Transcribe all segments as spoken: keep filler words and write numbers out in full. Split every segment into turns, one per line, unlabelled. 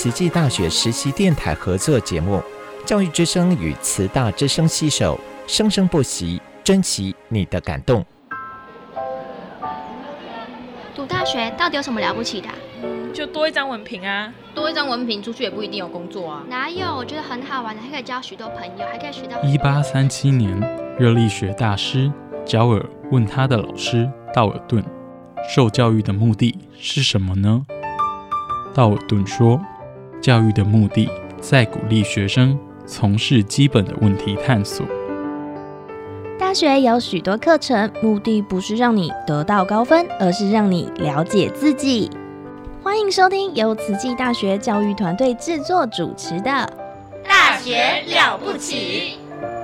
慈济大学实习电台合作节目，教育之声与慈大之声携手，生生不息，珍惜你的感动。
读大学到底有什么了不起的、啊？
嗯，就多一张文凭啊。
多一张文凭，出去也不一定有工作啊。
哪有？我觉得很好玩的，还可以交许多朋友，还可以学到。
一八三七年，热力学大师焦耳问他的老师道尔顿，受教育的目的是什么呢？道尔顿说，教育的目的在鼓励学生从事基本的问题探索。
大学有许多课程，目的不是让你得到高分，而是让你了解自己。欢迎收听由慈济大学教育团队制作主持的《
大学了不起》。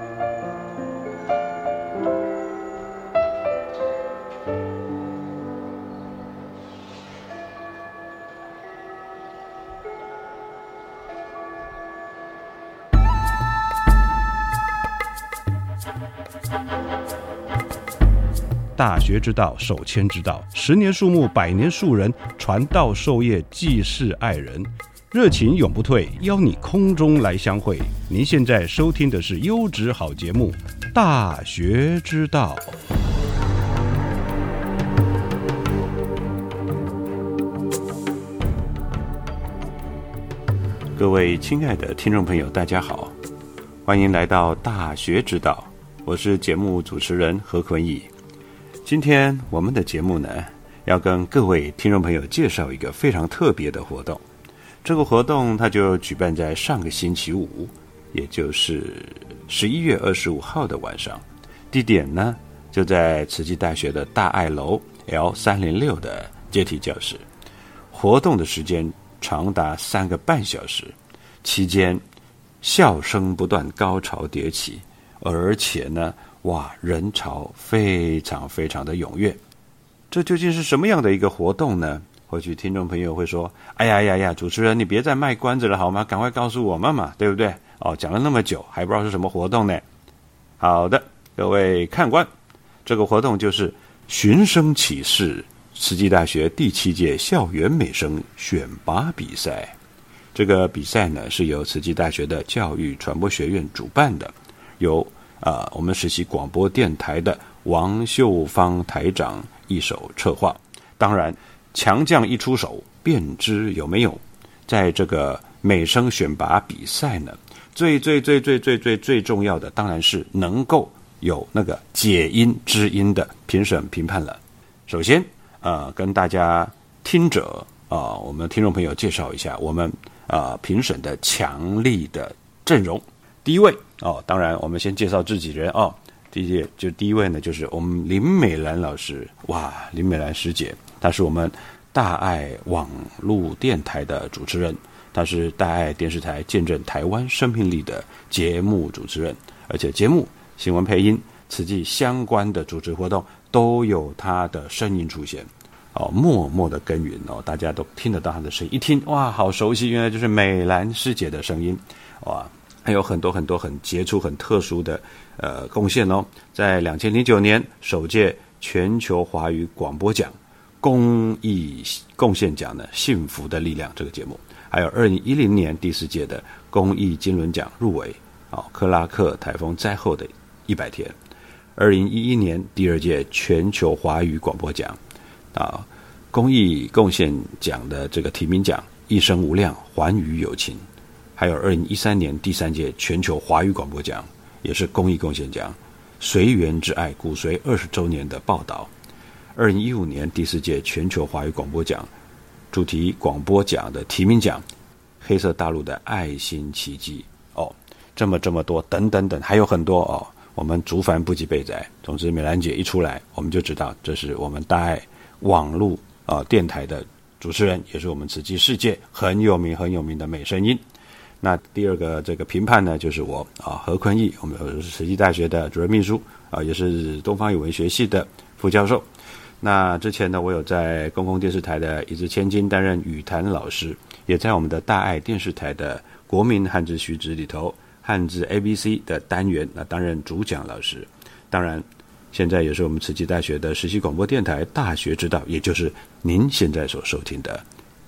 大学之道，守谦之道。十年树木，百年树人，传道授业，济世爱人。热情永不退，邀你空中来相会。您现在收听的是优质好节目《大学之道》。各位亲爱的听众朋友，大家好，欢迎来到《大学之道》，我是节目主持人何坤义。今天我们的节目呢，要跟各位听众朋友介绍一个非常特别的活动。这个活动它就举办在上个星期五，也就是十一月二十五号的晚上。地点呢就在慈济大学的大爱楼 L 三零六的阶梯教室。活动的时间长达三个半小时，期间笑声不断，高潮迭起，而且呢哇，人潮非常非常的踊跃。这究竟是什么样的一个活动呢？或许听众朋友会说，哎呀呀呀，主持人你别再卖关子了好吗？赶快告诉我们嘛，对不对？哦，讲了那么久还不知道是什么活动呢？好的，各位看官，这个活动就是寻声启事慈济大学第七届校园美声选拔比赛。这个比赛呢是由慈济大学的教育传播学院主办的，由啊、呃，我们实习广播电台的王秀芳台长一手策划。当然，强将一出手，便知有没有。在这个美声选拔比赛呢，最最最最最最最重要的，当然是能够有那个解音知音的评审评判了。首先，呃，跟大家听者啊、呃，我们听众朋友介绍一下我们啊、呃、评审的强力的阵容。第一位哦，当然我们先介绍自己人哦。第一就第一位呢，就是我们林美兰老师。哇，林美兰师姐，她是我们大爱网络电台的主持人，她是大爱电视台见证台湾生命力的节目主持人，而且节目、新闻配音、慈济相关的主持活动都有她的声音出现。哦，默默的耕耘哦，大家都听得到她的声音，一听哇，好熟悉，原来就是美兰师姐的声音。哇！还有很多很多很杰出、很特殊的呃贡献哦。在二零零九年首届全球华语广播奖公益贡献奖呢，《幸福的力量》这个节目，还有二零一零年第四届的公益金轮奖入围哦，克拉克台风灾后的一百天。二零一一年第二届全球华语广播奖啊，公益贡献奖的这个提名奖，一生无量，寰宇有情。还有二零一三年第三届全球华语广播奖，也是公益贡献奖，随缘之爱骨髓二十周年的报道。二零一五年第四届全球华语广播奖主题广播奖的提名奖，黑色大陆的爱心奇迹。哦，这么这么多，等等等，还有很多哦。我们竹繁不及备载。总之，美兰姐一出来，我们就知道这是我们大爱网络啊、呃、电台的主持人，也是我们慈济世界很有名很有名的美声音。那第二个这个评判呢，就是我啊何坤义，我们是慈济大学的主任秘书啊，也是东方语文学系的副教授。那之前呢，我有在公共电视台的一掷千金担任语坛老师，也在我们的大爱电视台的国民汉字须知里头汉字 A B C 的单元那担任主讲老师。当然，现在也是我们慈济大学的实习广播电台大学之道，也就是您现在所收听的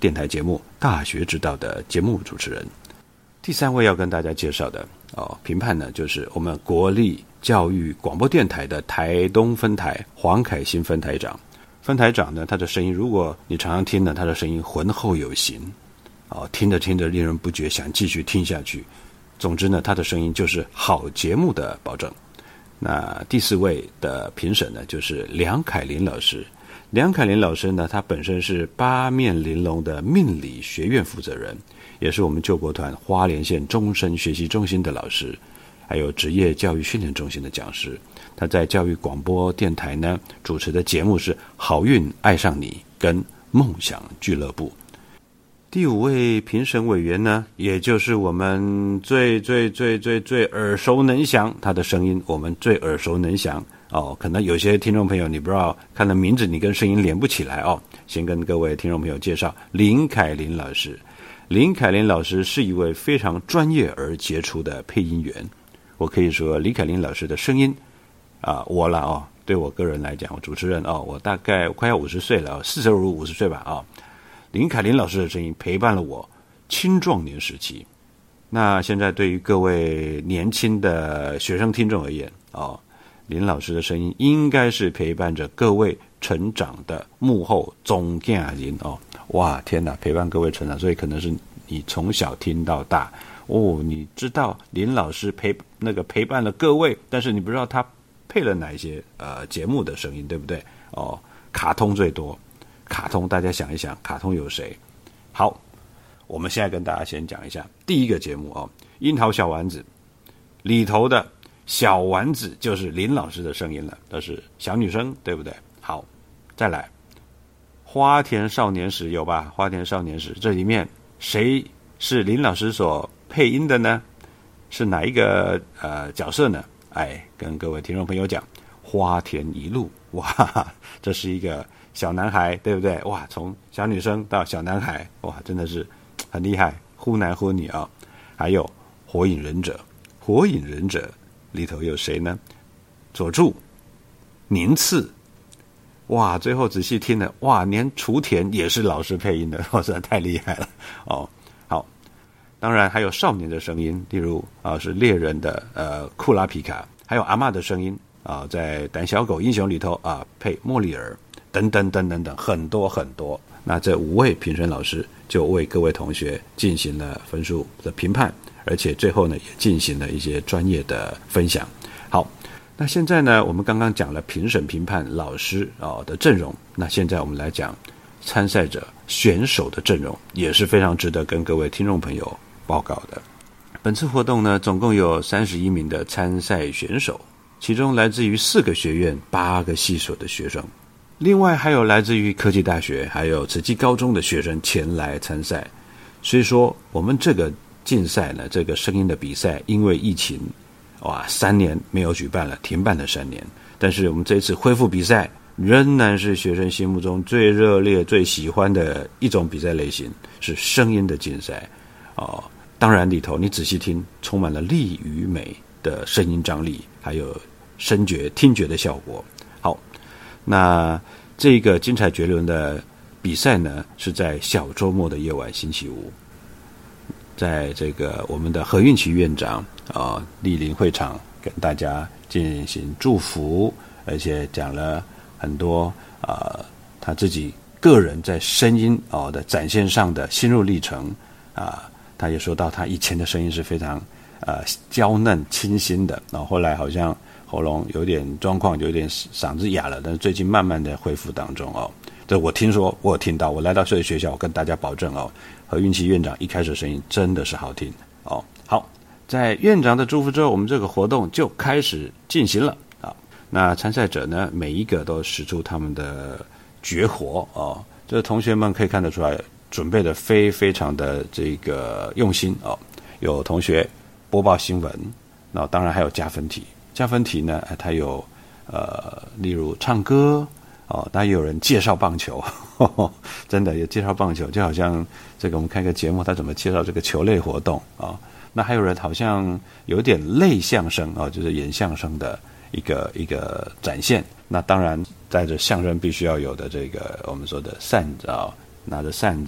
电台节目《大学之道》的节目主持人。第三位要跟大家介绍的哦，评判呢就是我们国立教育广播电台的台东分台黄凯新分台长。分台长呢，他的声音，如果你常常听呢，他的声音浑厚有型，哦，听着听着令人不觉想继续听下去。总之呢，他的声音就是好节目的保证。那第四位的评审呢，就是梁凯琳老师。梁凯琳老师呢，他本身是八面玲珑的命理学院负责人，也是我们救国团花莲县终身学习中心的老师，还有职业教育训练中心的讲师。他在教育广播电台呢主持的节目是《好运爱上你》跟《梦想俱乐部》。第五位评审委员呢，也就是我们最最最最最耳熟能详，他的声音我们最耳熟能详哦。可能有些听众朋友你不知道，看了名字你跟声音连不起来哦。先跟各位听众朋友介绍林凯琳老师。林凯琳老师是一位非常专业而杰出的配音员。我可以说林凯琳老师的声音啊、呃，我啦哦，对我个人来讲，我主持人哦，我大概快要五十岁了，四十五五十岁吧啊、哦。林凯琳老师的声音陪伴了我青壮年时期。那现在对于各位年轻的学生听众而言哦，林老师的声音应该是陪伴着各位成长的幕后总驾人哦。哇，天哪，陪伴各位成长，所以可能是你从小听到大哦。你知道林老师陪那个陪伴了各位，但是你不知道他配了哪一些呃节目的声音，对不对？哦，卡通最多，卡通大家想一想，卡通有谁？好，我们现在跟大家先讲一下第一个节目哦，《樱桃小丸子》里头的小丸子就是林老师的声音了，都是小女生，对不对？好，再来，花田少年时有吧？花田少年时这里面谁是林老师所配音的呢？是哪一个呃角色呢？哎，跟各位听众朋友讲，花田一路，哇，这是一个小男孩，对不对？哇，从小女生到小男孩，哇，真的是很厉害，忽男忽女啊。还有火影忍者，火影忍者里头有谁呢？佐助、宁次，哇，最后仔细听了，哇，连雏田也是老师配音的，哇，实在太厉害了哦。好，当然还有少年的声音，例如啊是猎人的呃库拉皮卡，还有阿嬷的声音啊，在胆小狗英雄里头啊配莫里尔，等等等等等，很多很多。那这五位评审老师就为各位同学进行了分数的评判，而且最后呢也进行了一些专业的分享。好，那现在呢我们刚刚讲了评审评判老师啊的阵容，那现在我们来讲参赛者选手的阵容，也是非常值得跟各位听众朋友报告的。本次活动呢总共有三十一名的参赛选手，其中来自于四个学院八个系所的学生，另外还有来自于科技大学还有慈济高中的学生前来参赛。所以说我们这个竞赛呢，这个声音的比赛因为疫情哇三年没有举办了，停办了三年，但是我们这次恢复比赛仍然是学生心目中最热烈最喜欢的一种比赛类型，是声音的竞赛哦。当然里头你仔细听，充满了力与美的声音张力，还有声觉听觉的效果。好，那这个精彩绝伦的比赛呢，是在小周末的夜晚，星期五，在这个我们的何运琪院长啊莅临会场，跟大家进行祝福，而且讲了很多啊、呃、他自己个人在声音哦的展现上的心路历程啊。他也说到他以前的声音是非常呃娇嫩清新的，然后后来好像喉咙有点状况，有点嗓子哑了，但是最近慢慢的恢复当中哦。这我听说，我有听到，我来到这个学校，我跟大家保证哦，何运琪院长一开始声音真的是好听哦。好，在院长的祝福之后，我们这个活动就开始进行了啊。那参赛者呢，每一个都使出他们的绝活哦，这同学们可以看得出来，准备的非非常的这个用心哦。有同学播报新闻，然后当然还有加分题。加分题呢，它有呃，例如唱歌哦，当然也有人介绍棒球，呵呵真的有介绍棒球，就好像这个我们看一个节目，他怎么介绍这个球类活动啊、哦？那还有人好像有点类相声啊、哦，就是演相声的一个一个展现。那当然带着相声必须要有的这个我们说的扇子啊、哦，拿着扇子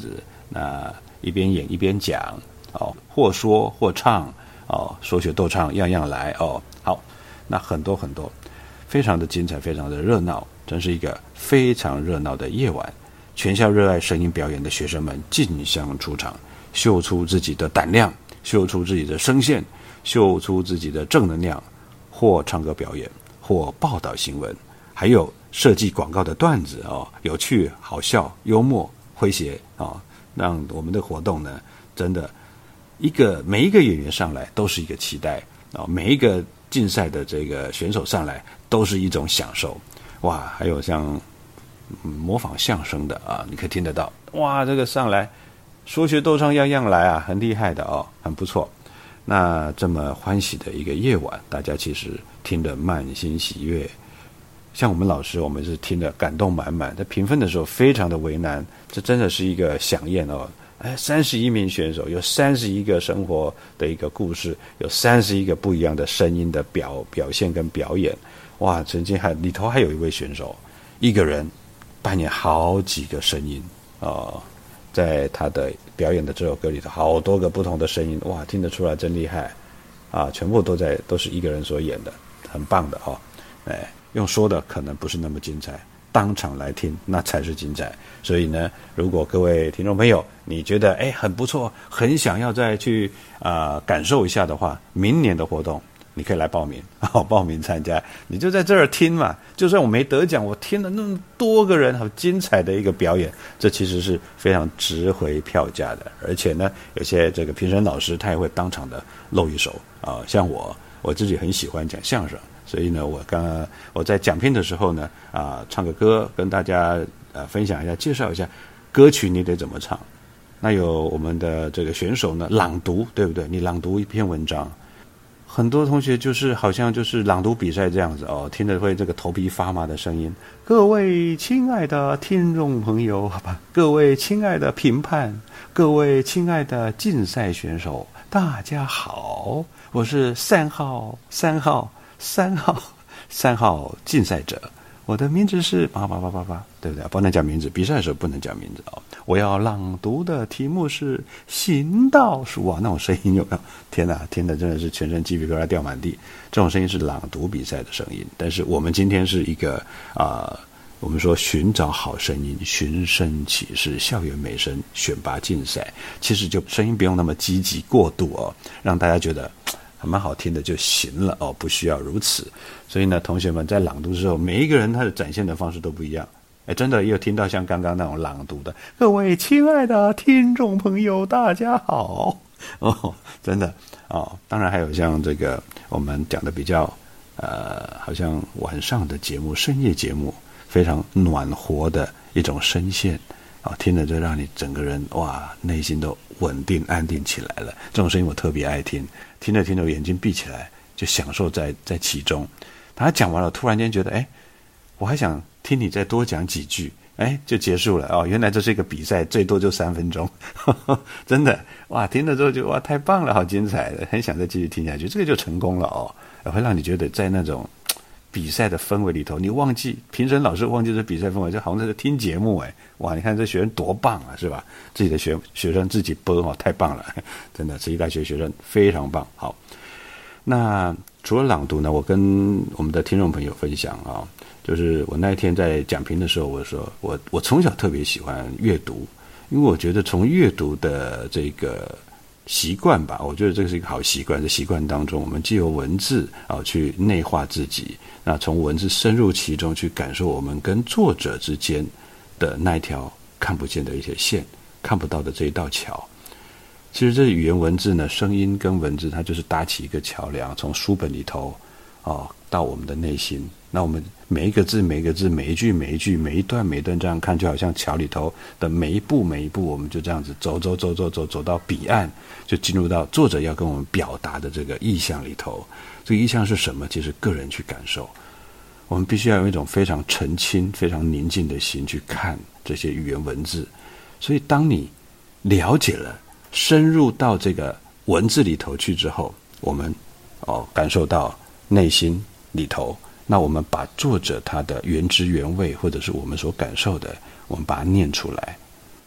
那一边演一边讲哦，或说或唱哦，说学逗唱样样来哦。好，那很多很多，非常的精彩，非常的热闹，真是一个非常热闹的夜晚。全校热爱声音表演的学生们竞相出场，秀出自己的胆量，秀出自己的声线，秀出自己的正能量，或唱歌表演，或报道新闻，还有设计广告的段子哦，有趣、好笑、幽默、诙谐哦，让我们的活动呢，真的一个每一个演员上来都是一个期待啊、哦，每一个竞赛的这个选手上来都是一种享受。哇，还有像、嗯、模仿相声的啊，你可以听得到，哇，这个上来说学逗唱样样来啊，很厉害的哦，很不错。那这么欢喜的一个夜晚，大家其实听得满心喜悦。像我们老师，我们是听得感动满满，在评分的时候非常的为难，这真的是一个飨宴哦。哎，三十一名选手，有三十一个生活的一个故事，有三十一个不一样的声音的表表现跟表演。哇，曾经还里头还有一位选手，一个人扮演好几个声音啊、呃，在他的表演的这首歌里头，好多个不同的声音，哇，听得出来真厉害啊！全部都在都是一个人所演的，很棒的哦。哎，用说的可能不是那么精彩，当场来听那才是精彩。所以呢，如果各位听众朋友你觉得哎很不错，很想要再去啊、呃、感受一下的话，明年的活动你可以来报名，好，报名参加，你就在这儿听嘛。就算我没得奖，我听了那么多个人好精彩的一个表演，这其实是非常值回票价的。而且呢，有些这个评审老师他也会当场的露一手啊、呃，像我我自己很喜欢讲相声，所以呢，我刚刚我在讲评的时候呢，啊、呃，唱个歌跟大家呃分享一下，介绍一下歌曲你得怎么唱。那有我们的这个选手呢，朗读，对不对？你朗读一篇文章。很多同学就是好像就是朗读比赛这样子哦，听着会这个头皮发麻的声音。各位亲爱的听众朋友，好吧，各位亲爱的评判，各位亲爱的竞赛选手，大家好，我是三号三号三号三号竞赛者，我的名字是八八八八八，对不对？不能讲名字，比赛的时候不能讲名字哦。我要朗读的题目是行道树啊，那种声音有没有？天哪，听的真的是全身鸡皮疙瘩掉满地。这种声音是朗读比赛的声音，但是我们今天是一个啊、呃，我们说寻找好声音，寻声启事，校园美声选拔竞赛，其实就声音不用那么积极过度哦，让大家觉得还蛮好听的就行了哦，不需要如此。所以呢，同学们在朗读的时候，每一个人他的展现的方式都不一样。哎，真的也有听到像刚刚那种朗读的，各位亲爱的听众朋友，大家好哦，真的哦。当然还有像这个我们讲的比较呃，好像晚上的节目、深夜节目，非常暖和的一种声线啊、哦，听着就让你整个人哇，内心都稳定安定起来了。这种声音我特别爱听，听着听着眼睛闭起来，就享受在在其中。他讲完了，突然间觉得，哎，我还想听你再多讲几句，哎，就结束了哦。原来这是一个比赛，最多就三分钟，呵呵，真的哇！听了之后就哇，太棒了，好精彩的，很想再继续听下去，这个就成功了哦，会让你觉得在那种比赛的氛围里头，你忘记评审老师忘记这比赛氛围，就好像在听节目哎，哇！你看这学生多棒啊，是吧？自己的学学生自己播哦，太棒了，真的，慈济大学学生非常棒。好，那除了朗读呢，我跟我们的听众朋友分享啊、哦。就是我那一天在讲评的时候，我说我我从小特别喜欢阅读，因为我觉得从阅读的这个习惯吧，我觉得这个是一个好习惯。在习惯当中，我们藉由文字啊去内化自己，那从文字深入其中去感受我们跟作者之间的那一条看不见的一些线，看不到的这一道桥。其实这语言文字呢，声音跟文字，它就是搭起一个桥梁，从书本里头啊到我们的内心。那我们每一个字每一个字每一句每一句每一段每一段这样看，就好像桥里头的每一步每一步，我们就这样子走走走走走走到彼岸，就进入到作者要跟我们表达的这个意象里头。这个意象是什么？其实个人去感受。我们必须要用一种非常澄清非常宁静的心去看这些语言文字。所以当你了解了，深入到这个文字里头去之后，我们哦感受到内心里头，那我们把作者他的原汁原味，或者是我们所感受的，我们把它念出来。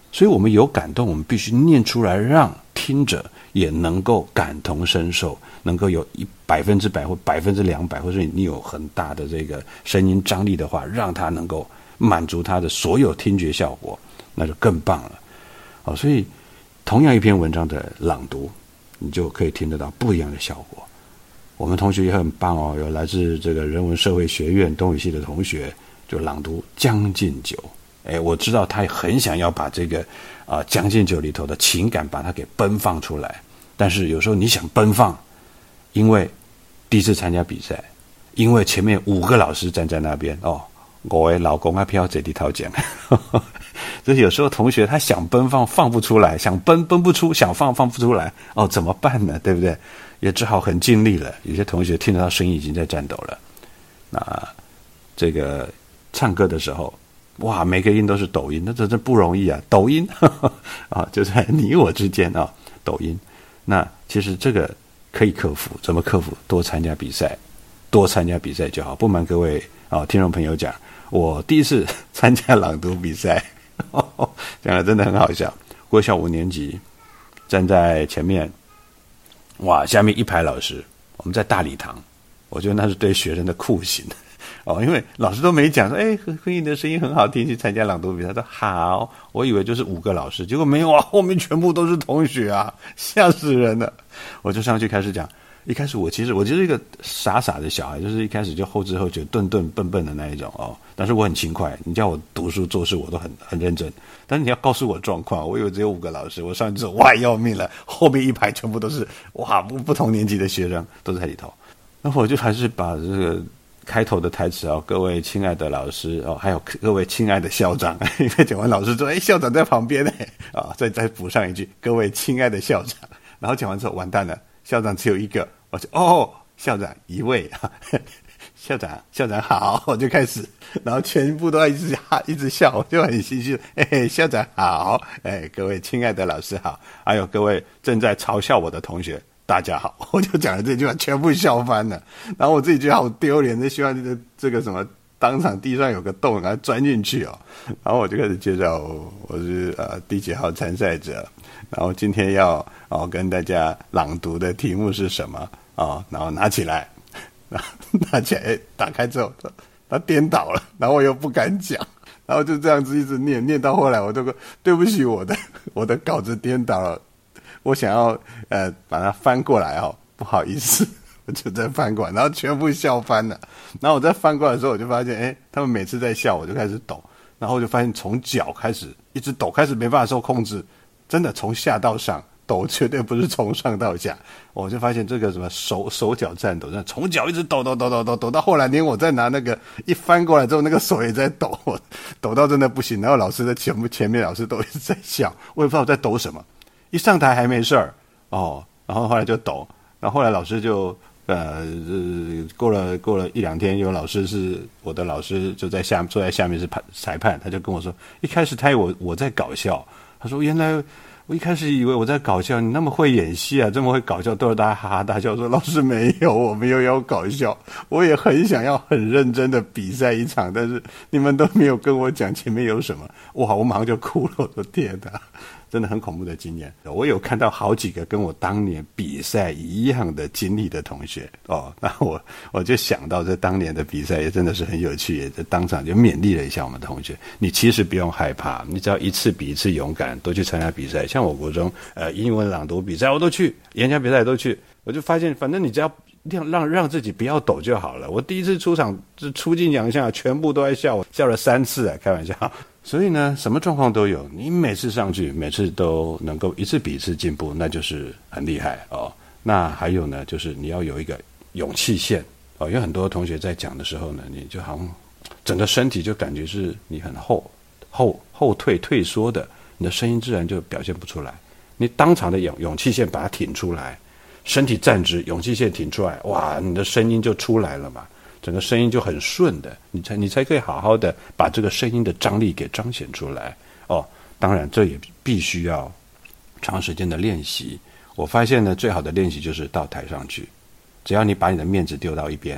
所以我们有感动，我们必须念出来，让听者也能够感同身受，能够有一百分之百或百分之两百，或者你有很大的这个声音张力的话，让他能够满足他的所有听觉效果，那就更棒了。好，所以同样一篇文章的朗读，你就可以听得到不一样的效果。我们同学也很棒哦，有来自这个人文社会学院东语系的同学，就朗读《将进酒》。哎，我知道他也很想要把这个啊《将进酒》里头的情感把它给奔放出来，但是有时候你想奔放，因为第一次参加比赛，因为前面五个老师站在那边哦，我的老公啊飘这里头讲，所以有时候同学他想奔放放不出来，想奔奔不出，想放放不出来，哦，怎么办呢？对不对？也只好很尽力了。有些同学听得到声音已经在颤抖了。那这个唱歌的时候，哇，每个音都是抖音，那这真不容易啊！抖音呵呵啊，就在你我之间啊，抖音。那其实这个可以克服，怎么克服？多参加比赛，多参加比赛就好。不瞒各位啊，听众朋友讲，我第一次参加朗读比赛，呵呵讲的真的很好笑。国小五年级，站在前面，哇，下面一排老师，我们在大礼堂，我觉得那是对学生的酷刑。哦，因为老师都没讲说，哎，何坤毅的声音很好听，去参加朗读比赛。他说好，我以为就是五个老师，结果没有啊，后面全部都是同学啊，吓死人了。我就上去开始讲，一开始我其实我就是一个傻傻的小孩，就是一开始就后知后觉、顿顿笨笨的那一种哦。但是我很勤快，你叫我读书做事我都很很认真。但是你要告诉我状况，我以为只有五个老师，我上去之后哇要命了，后面一排全部都是哇不不同年级的学生都在里头。那我就还是把这个开头的台词哦，各位亲爱的老师哦，还有各位亲爱的校长，因为讲完老师说，哎，校长在旁边呢，啊、哦，再再补上一句，各位亲爱的校长。然后讲完之后，完蛋了，校长只有一个，我就哦，校长一位，校长校长好，我就开始，然后全部都一直哈一直笑，我就很心虚，哎，校长好，哎，各位亲爱的老师好，还有各位正在嘲笑我的同学。大家好，我就讲了这句话，全部笑翻了。然后我自己觉得好丢脸，就希望这个这个什么当场地上有个洞，然后钻进去哦。然后我就开始介绍，我是呃第几号参赛者，然后今天要哦跟大家朗读的题目是什么啊、哦？然后拿起来，拿起来打开之后，他颠倒了，然后我又不敢讲，然后就这样子一直念，念到后来我都说对不起，我的我的稿子颠倒了。我想要呃把它翻过来哦，不好意思，我就再翻过来，然后全部笑翻了。然后我再翻过来的时候，我就发现，哎，他们每次在笑，我就开始抖，然后我就发现从脚开始一直抖，开始没办法受控制，真的从下到上抖，绝对不是从上到下。我就发现这个什么手手脚颤抖，从脚一直抖抖抖抖抖抖到后来，连我再拿那个一翻过来之后，那个手也在抖，我抖到真的不行。然后老师在前前面，老师都一直在笑，我也不知道我在抖什么。一上台还没事儿哦，然后后来就抖，然后后来老师就呃过了过了一两天，有老师是我的老师就在下坐在下面是裁判，他就跟我说，一开始他以为我我在搞笑，他说原来我一开始以为我在搞笑，你那么会演戏啊，这么会搞笑，逗得大家哈哈大笑。说老师没有，我没有要搞笑，我也很想要很认真的比赛一场，但是你们都没有跟我讲前面有什么，哇，我马上就哭了，我的天哪！真的很恐怖的经验，我有看到好几个跟我当年比赛一样的经历的同学哦，那我我就想到这当年的比赛也真的是很有趣，也当场就勉励了一下我们同学。你其实不用害怕，你只要一次比一次勇敢，都去参加比赛。像我国中呃英文朗读比赛我都去，演讲比赛也都去，我就发现反正你只要让让让自己不要抖就好了。我第一次出场就出尽洋相，全部都在笑我，笑了三次啊，开玩笑。所以呢，什么状况都有，你每次上去，每次都能够一次比一次进步，那就是很厉害哦。那还有呢，就是你要有一个勇气线哦。有很多同学在讲的时候呢，你就好像整个身体就感觉是你很后后后退退缩的，你的声音自然就表现不出来。你当场的勇勇气线把它挺出来，身体站直，勇气线挺出来，哇，你的声音就出来了嘛。整个声音就很顺的，你才你才可以好好的把这个声音的张力给彰显出来哦。当然，这也必须要长时间的练习。我发现呢，最好的练习就是到台上去，只要你把你的面子丢到一边，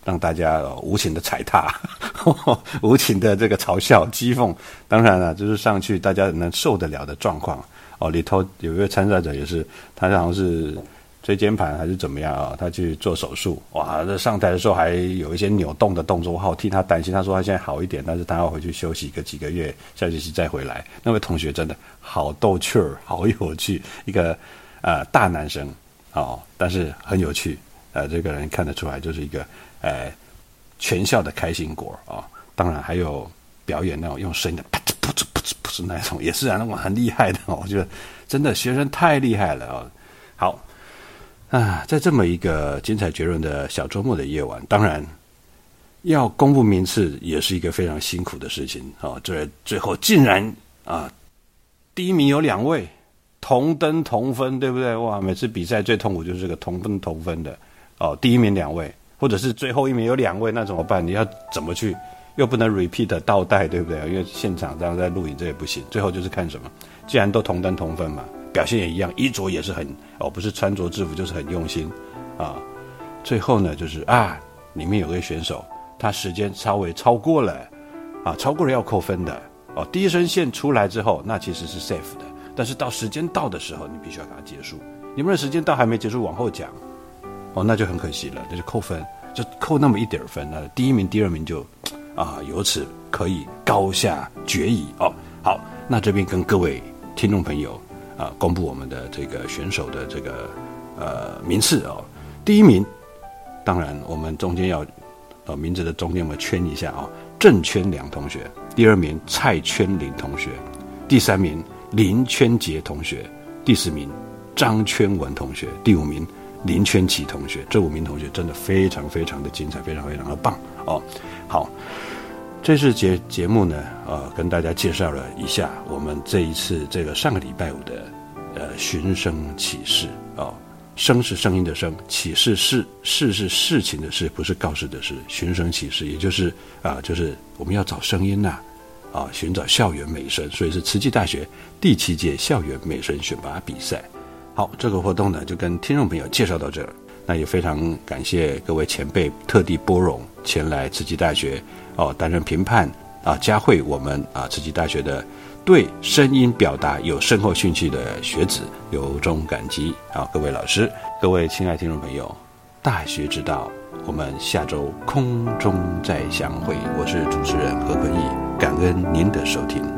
让大家、哦、无情的踩踏无情的这个嘲笑讥讽，当然了就是上去大家能受得了的状况哦。里头有一位参赛者也是，他好像是椎间盘还是怎么样啊、哦？他去做手术，哇！这上台的时候还有一些扭动的动作，我好替他担心。他说他现在好一点，但是他要回去休息个几个月，下学期再回来。那位同学真的好逗趣儿，好有趣，一个呃大男生哦，但是很有趣。呃，这个人看得出来就是一个呃全校的开心果啊、哦。当然还有表演那种用声音的噗哧噗哧噗哧噗哧那种，也是啊，那种很厉害的哦。我觉得真的学生太厉害了哦。好。啊，在这么一个精彩绝伦的小周末的夜晚，当然要公布名次也是一个非常辛苦的事情啊、哦。这最后竟然啊，第一名有两位同登同分，对不对？哇，每次比赛最痛苦就是这个同分同分的哦。第一名两位，或者是最后一名有两位，那怎么办？你要怎么去？又不能 repeat 倒带，对不对？因为现场这样在录影这也不行。最后就是看什么，既然都同登同分嘛。表现也一样，衣着也是很哦，不是穿着制服就是很用心啊。最后呢，就是啊，里面有个选手，他时间稍微超过了啊，超过了要扣分的哦。第一声线出来之后，那其实是 safe 的，但是到时间到的时候，你必须要给它结束。你们的时间到还没结束，往后讲哦，那就很可惜了，那就扣分，就扣那么一点分，那第一名、第二名就啊，由此可以高下决矣哦。好，那这边跟各位听众朋友。啊，公布我们的这个选手的这个呃名次哦。第一名，当然我们中间要呃名字的中间我们圈一下啊、哦，郑圈良同学。第二名蔡圈林同学，第三名林圈杰同学，第四名张圈文同学，第五名林圈奇同学。这五名同学真的非常非常的精彩，非常非常的棒哦。好。这次节节目呢，呃，跟大家介绍了一下我们这一次这个上个礼拜五的呃寻声启事哦，声是声音的声，启事是事是事情的事，不是告示的事。寻声启事，也就是啊、呃，就是我们要找声音呐、啊，啊，寻找校园美声，所以是慈济大学第七届校园美声选拔比赛。好，这个活动呢就跟听众朋友介绍到这儿。那也非常感谢各位前辈特地拨冗前来慈济大学哦担任评判啊，嘉惠我们啊慈济大学的对声音表达有深厚兴趣的学子，由衷感激啊！各位老师，各位亲爱听众朋友，大学之道，我们下周空中再相会。我是主持人何坤义，感恩您的收听。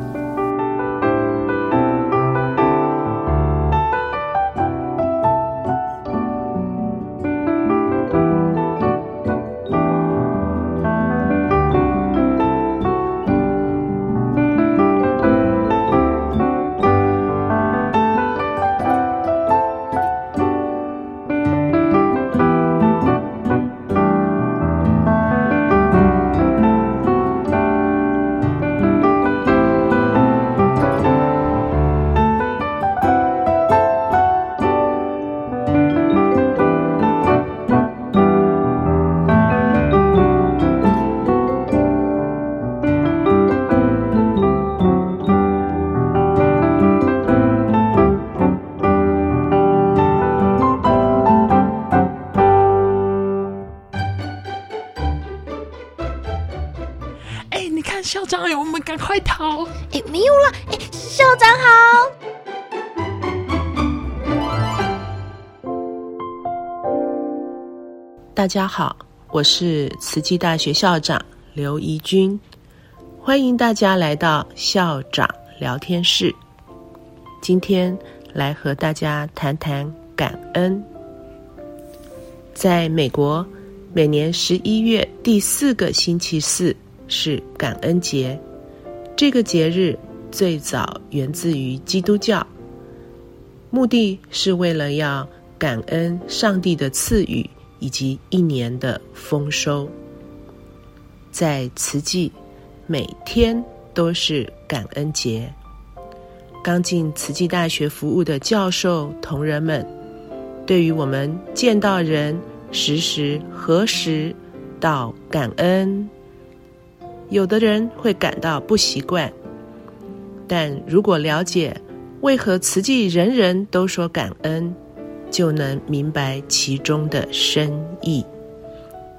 校长，哎，我们赶快逃！
哎，没有啦！哎，校长好。
大家好，我是慈济大学校长刘怡君，欢迎大家来到校长聊天室。今天来和大家谈谈感恩。在美国，每年十一月第四个星期四是感恩节。这个节日最早源自于基督教，目的是为了要感恩上帝的赐予以及一年的丰收。在慈济，每天都是感恩节。刚进慈济大学服务的教授同仁们，对于我们见到人时时何时道感恩，有的人会感到不习惯，但如果了解为何慈济人人都说感恩，就能明白其中的深意。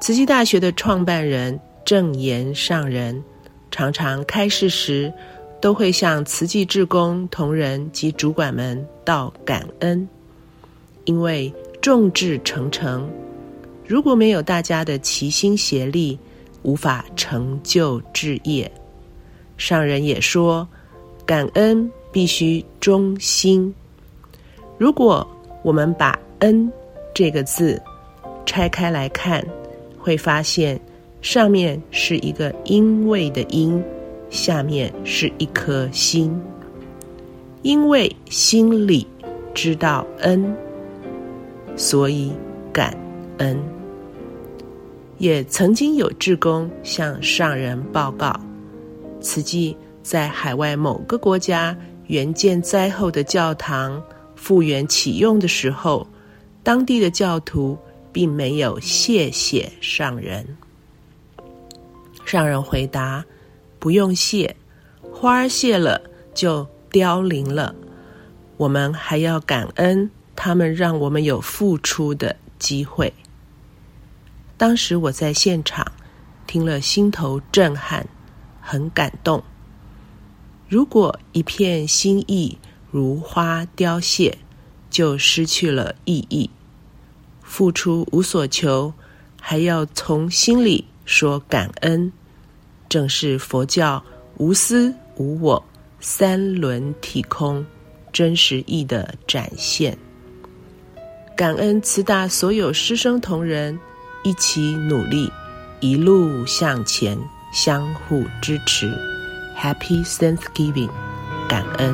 慈济大学的创办人证严上人常常开示时，都会向慈济志工同仁及主管们道感恩，因为众志成城，如果没有大家的齐心协力，无法成就志业。上人也说，感恩必须忠心。如果我们把恩这个字拆开来看，会发现上面是一个因为的因，下面是一颗心。因为心里知道恩，所以感恩。也曾经有志工向上人报告，慈济在海外某个国家援建灾后的教堂复原启用的时候，当地的教徒并没有谢谢上人。上人回答，不用谢，花儿谢了就凋零了，我们还要感恩他们让我们有付出的机会。当时我在现场听了，心头震撼，很感动。如果一片心意如花凋谢，就失去了意义。付出无所求，还要从心里说感恩，正是佛教无私无我、三轮体空真实意的展现。感恩慈大所有师生同仁一起努力，一路向前，相互支持。 Happy Thanksgiving， 感恩。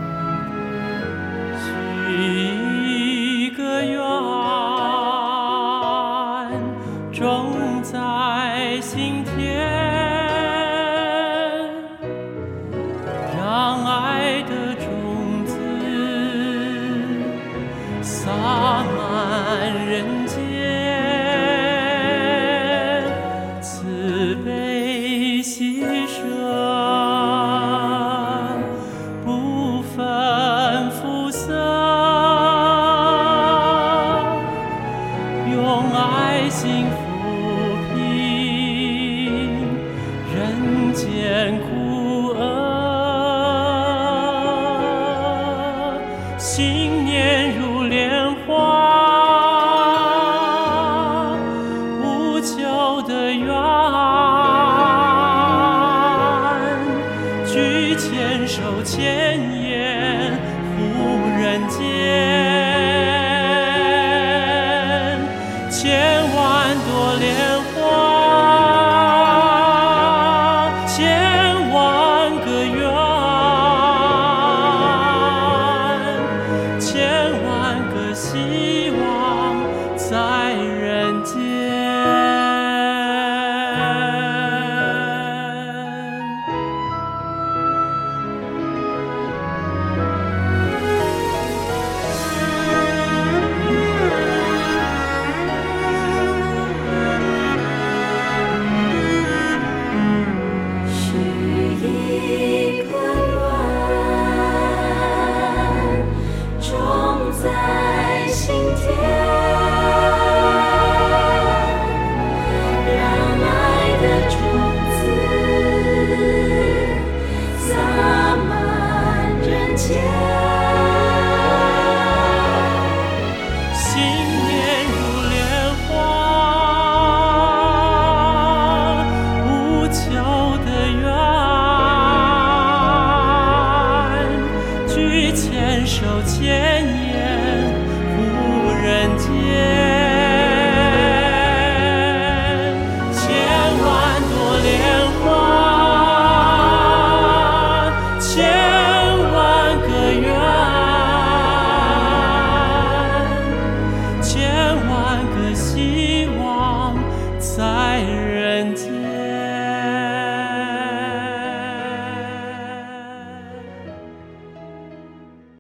许个愿，种在心田，让爱的种子洒满人间。慈悲喜舍，不分肤色，用爱心。